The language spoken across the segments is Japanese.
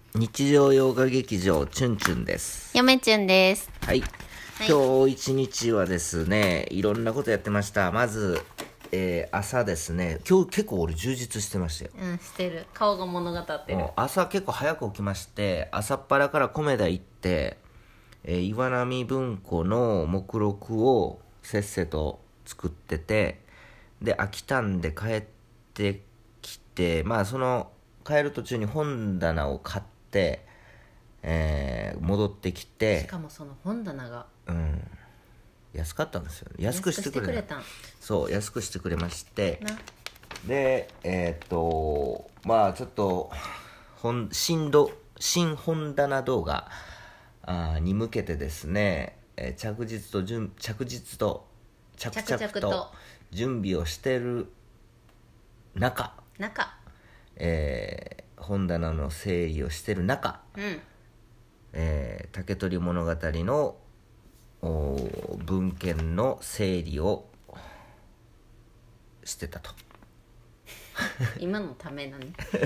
日常洋画劇場チュンチュンです。 よめちゅんです。 はい、今日一日はですね、いろんなことやってました。まず、朝ですね、今日結構俺充実してましたよ。 してる。顔が物語ってる。 朝結構早く起きまして、朝っぱらから米田行って、岩波文庫の目録をせっせと作ってて、で飽きたんで帰ってきて、その帰る途中に本棚を買って、戻ってきて、 しかもその本棚が安かったんですよ。安くしてくれた。そう安くしてくれまして、でちょっと新本棚動画に向けてですね、着々と準備をしてる中、本棚の整理をしてる中、竹取物語の文献の整理をしてたと今のためなの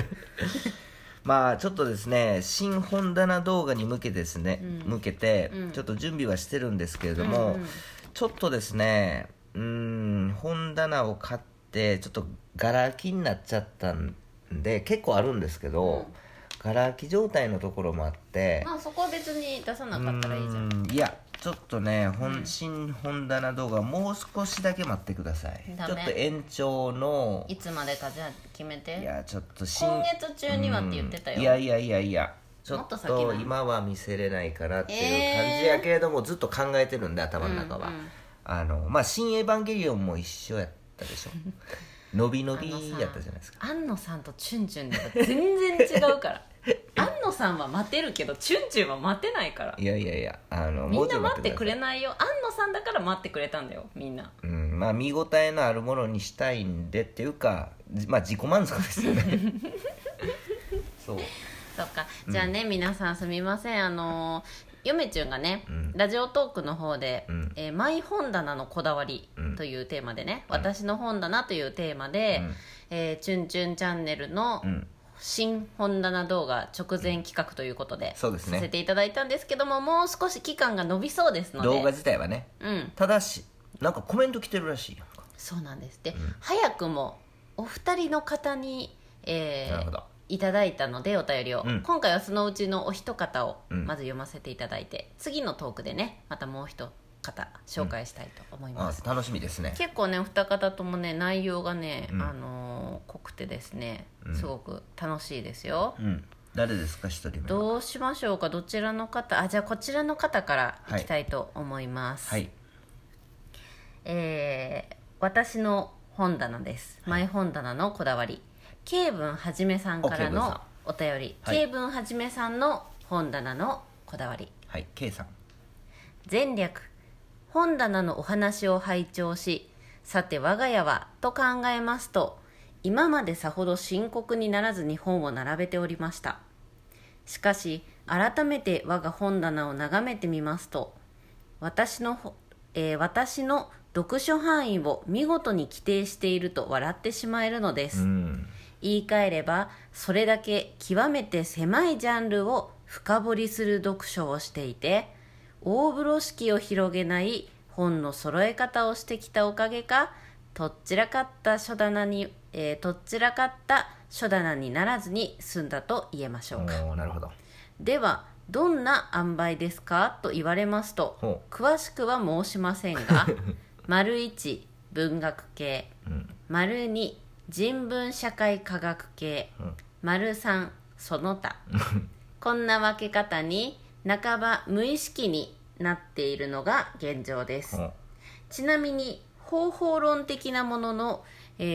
ちょっとですね、新本棚動画に向けてですね、ちょっと準備はしてるんですけれども、ちょっとですね、本棚を買ってちょっとガラ空きになっちゃったんで、結構あるんですけど、ガラ空き状態のところもあって、 そこは別に出さなかったらいいじゃん。 いやちょっとね、新本棚動画もう少しだけ待ってください。ちょっと延長のいつまでかじゃあ決めて。 いやちょっと今月中にはって言ってたよ。 いやちょっと今は見せれないかなっていう感じやけれども、ずっと考えてるんで頭の中は、新エヴァンゲリオンも一緒やったでしょ伸びやったじゃないですか。 安野さんとチュンチュンでは全然違うから安野さんは待てるけどチュンチュンは待てないから。 いやみんな待ってくれないよ。安野さんだから待ってくれたんだよみんな。 見応えのあるものにしたいんでっていうか、自己満足ですよねそうか。じゃあね、皆さんすみません。よめちゅんがね、ラジオトークの方で、マイ本棚のこだわりというテーマでね、私の本棚というテーマで、チュンチュンチャンネルの新本棚動画直前企画ということで、させていただいたんですけども、もう少し期間が延びそうですので、 動画自体はね、ただしなんかコメント来てるらしいやんか。 そうなんです。で、早くもお二人の方に、 なるほど、 いただいたのでお便りを、今回はそのうちのお一方をまず読ませていただいて、次のトークでねまたもう一方紹介したいと思います。 楽しみですね。 結構ねお二方ともね内容がね、濃くてですね、すごく楽しいですよ。 誰ですか、一人目は。 どうしましょうか、どちらの方。じゃあこちらの方からいきたいと思います。私の本棚です。マイ本棚のこだわり、ケイブンはじめさんからのお便り。ケイブンはじめさんの本棚のこだわり。 ケイさん。 前略、本棚のお話を拝聴し、さて我が家はと考えますと、今までさほど深刻にならずに本を並べておりました。しかし改めて我が本棚を眺めてみますと、私の読書範囲を見事に規定していると笑ってしまえるのです。言い換えれば、それだけ極めて狭いジャンルを深掘りする読書をしていて、大風呂敷を広げない本の揃え方をしてきたおかげか、とっちらかった書棚にならずに済んだと言えましょうか。 なるほど。 ではどんな塩梅ですかと言われますと、詳しくは申しませんが丸1文学系、丸2人文社会科学系、丸3その他こんな分け方に半ば無意識になっているのが現状です。ちなみに方法論的なもの、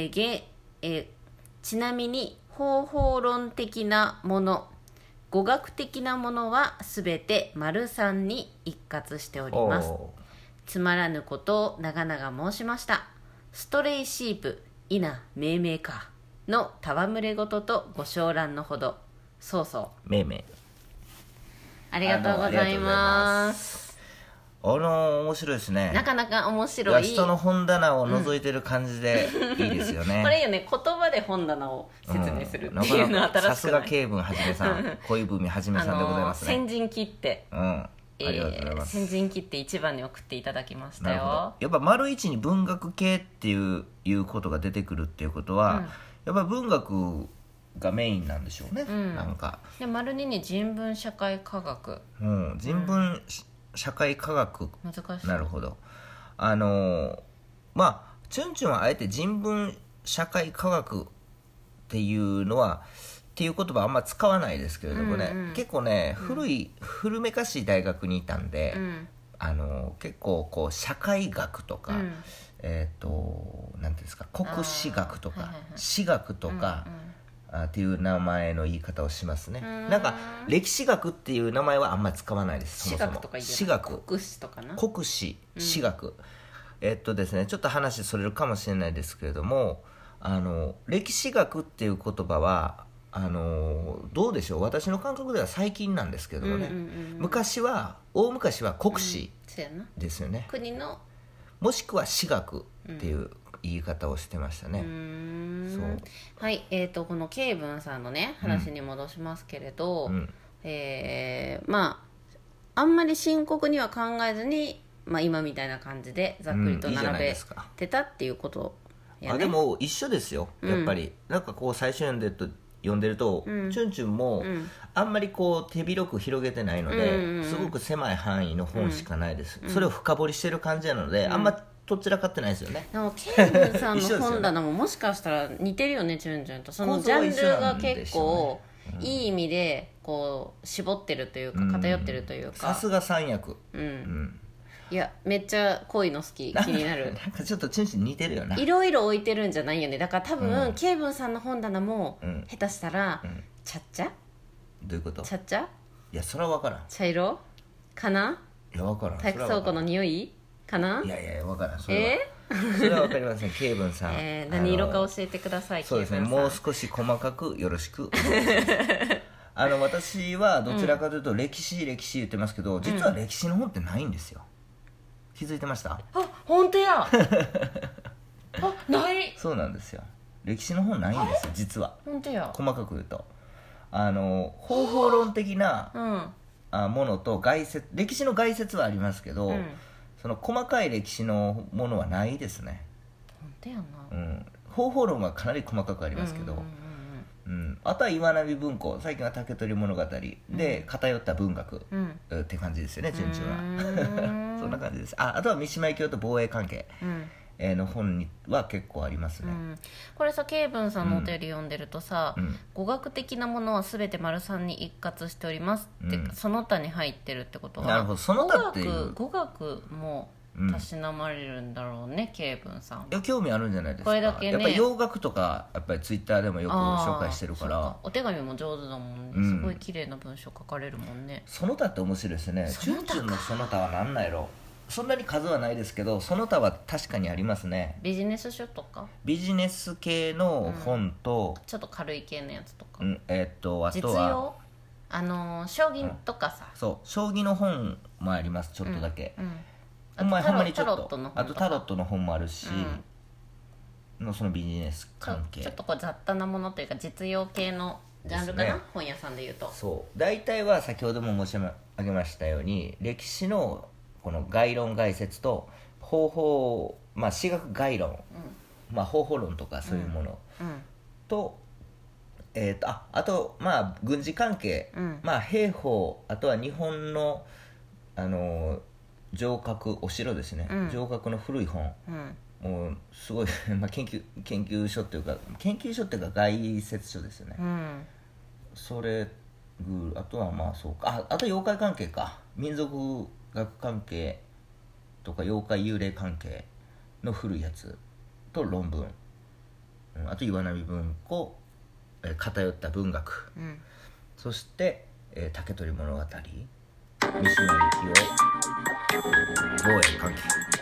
語学的なものはすべて丸3に一括しております。つまらぬことを長々申しました。ストレイシープいな命名かの戯れ言とご承覧のほど。そう命名。 ありがとうございます。 面白いですね。 なかなか面白い。 人の本棚を覗いてる感じでいいですよね。 これいいよね、言葉で本棚を説明するっていうのは新しくない。 さすが慶文はじめさん、恋文はじめさんでございますね。 先陣切って、 ありがとうございます。 先陣切って一番に送っていただきましたよ。 やっぱ丸一に文学系っていうことが出てくるっていうことは、やっぱり文学がメインなんでしょうね、なんか。 で丸二に人文社会科学、 人文、社会科学、 難しい。 なるほど。チュンチュンはあえて人文社会科学っていうのはっていう言葉あんま使わないですけれどもね、結構ね古めかしい大学にいたんで、結構こう社会学とか、なんていうんですか、国史学とか、史学とか、っていう名前の言い方をしますね。なんか歴史学っていう名前はあんまり使わないです。 史学とか言う。 史学、 国史とかな。 国史、史学。ですね、ちょっと話それるかもしれないですけれども、歴史学っていう言葉はどうでしょう、私の感覚では最近なんですけれどもね、大昔は国史ですよね、 国の、 もしくは史学っていう言い方をしてましたね。 そうはい、この慶文さんのね話に戻しますけれど、あんまり深刻には考えずに、今みたいな感じでざっくりと並べてたっていうことやね。 でも一緒ですよ、やっぱり。なんかこう最初読んでると、チュンチュンもあんまりこう手広く広げてないので、すごく狭い範囲の本しかないです、それを深掘りしてる感じなので、あんまどちらかってないですよね。 でもケイブンさんの本棚ももしかしたら似てるよね、チュンチュンと。そのジャンルが結構いい意味でこう絞ってるというか、偏ってるというか。 さすが三役。 いやめっちゃ濃いの好き、気になる。 なんかちょっとチュンチュン似てるよな。 いろいろ置いてるんじゃないよね。だから多分、ケイブンさんの本棚も、下手したら、ちゃっちゃ、 どういうこと？ ちゃっちゃ、 いやそれは分からん。 茶色かな。 いや分からん。 体育倉庫の匂いかな。 いや分からん。それは分かりません。ケイブンさん、 何色か教えてください。 そうですね、もう少し細かくよろしくお願いします。私はどちらかというと歴史言ってますけど、実は歴史の本ってないんですよ。気づいてました？ 本当や。ない。 そうなんですよ、歴史の本ないんですよ実は。 本当や。 細かく言うと方法論的なものと歴史の概説はありますけど、その細かい歴史のものはないですね。 本当やな。 方法論はかなり細かくありますけど、あとは岩波文庫、最近は竹取物語で偏った文学って感じですよね、チュンチュンは。そんな感じです。あとは三島由紀夫と防衛関係の本には結構ありますね。 これさ、慶文さんのお便り読んでるとさ、語学的なものは全て丸3に一括しておりますって、その他に入ってるってことは、 なるほど、その他っていう語学もたしなまれるんだろうね、慶文さん。 いや興味あるんじゃないですか。 これだけね、 やっぱり洋楽とかやっぱりツイッターでもよく紹介してるから。 お手紙も上手だもんね、すごい綺麗な文章書かれるもんね。 その他って面白いですね。チュンチュンのその他は何なんやろ。そんなに数はないですけど、その他は確かにありますね。 ビジネス書とかビジネス系の本と、 ちょっと軽い系のやつとか、 あとは実用、将棋とかさ、 そう将棋の本もあります、ちょっとだけ。ほんまにちょっと、あとタロットの本もあるし、そのビジネス関係、 ちょっとこう雑多なものというか実用系のジャンルかな、本屋さんでいうと。 そう大体は先ほども申し上げましたように、歴史のこの概論概説と方法、史学概論、方法論とかそういうものと、あと軍事関係、兵法、あとは日本の城郭、お城ですね、城郭の古い本、もうすごい研究書っていうか概説書ですよね、それあとはそうか、あと妖怪関係か、民族学関係とか妖怪幽霊関係の古いやつと論文、あと岩波文庫、偏った文学、そして、竹取物語、三島由紀夫、防衛関係、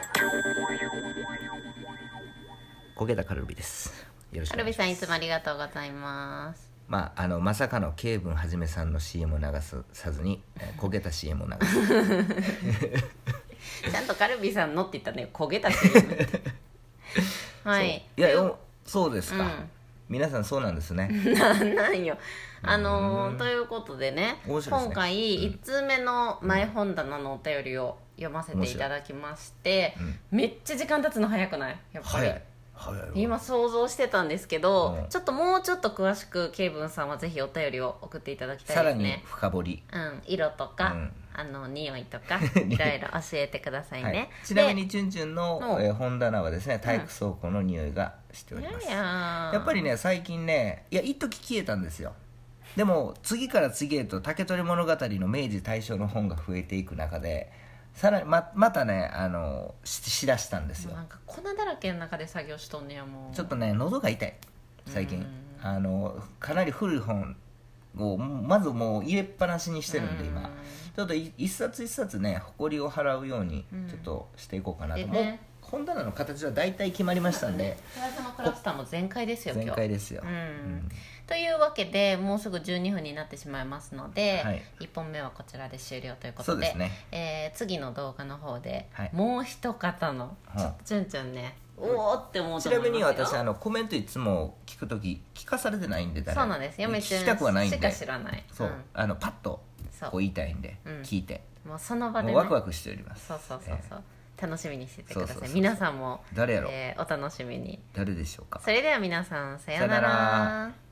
焦げたカルビです。よろしくお願いします。 カルビさんいつもありがとうございます。 まさかの慶文はじめさんの CM を流さずに、焦げた CM を流すちゃんとカルビさんのって言ったね、焦げたしはい。 いやそうですか、皆さんそうなんですね。 なんよ。ということでね、今回1通目のマイ本棚のお便りを読ませていただきまして、めっちゃ時間経つの早くない？やっぱり今想像してたんですけど、ちょっともうちょっと詳しくケイブンさんはぜひお便りを送っていただきたいですね。 さらに深掘り、 色とか、匂いとかいろいろ教えてくださいね、 ちなみにチュンチュンの本棚はですね、体育倉庫の匂いがしております。やっぱりね、最近ね、一時消えたんですよ。でも次から次へと竹取物語の明治大正の本が増えていく中で、さらに またねしだしたんですよ。 なんか粉だらけの中で作業しとんねや。もうちょっとね喉が痛い最近。かなり古い本をまずもう入れっぱなしにしてるんで、今ちょっと一冊一冊ね埃を払うようにちょっとしていこうかなと。もう本棚の形は大体決まりましたんで、 プラズマクラスターも全開ですよ。 全開ですよ。 というわけでもうすぐ12分になってしまいますので、1本目はこちらで終了ということ で、次の動画の方で、もう一方のちょっとチュンチュンね、おーって思うと思いますよ。 ちなみに私コメントいつも聞くとき聞かされてないんで、 そうなんです。嫁ちゃん聞きたくはないんでしか知らない。 そう、パッとこう言いたいんで聞いて、 もうその場で、ね、 ワクワクしております。 そう楽しみにしててください。皆さんも誰やろ、 お楽しみに。 誰でしょうか。 それでは皆さんさようなら。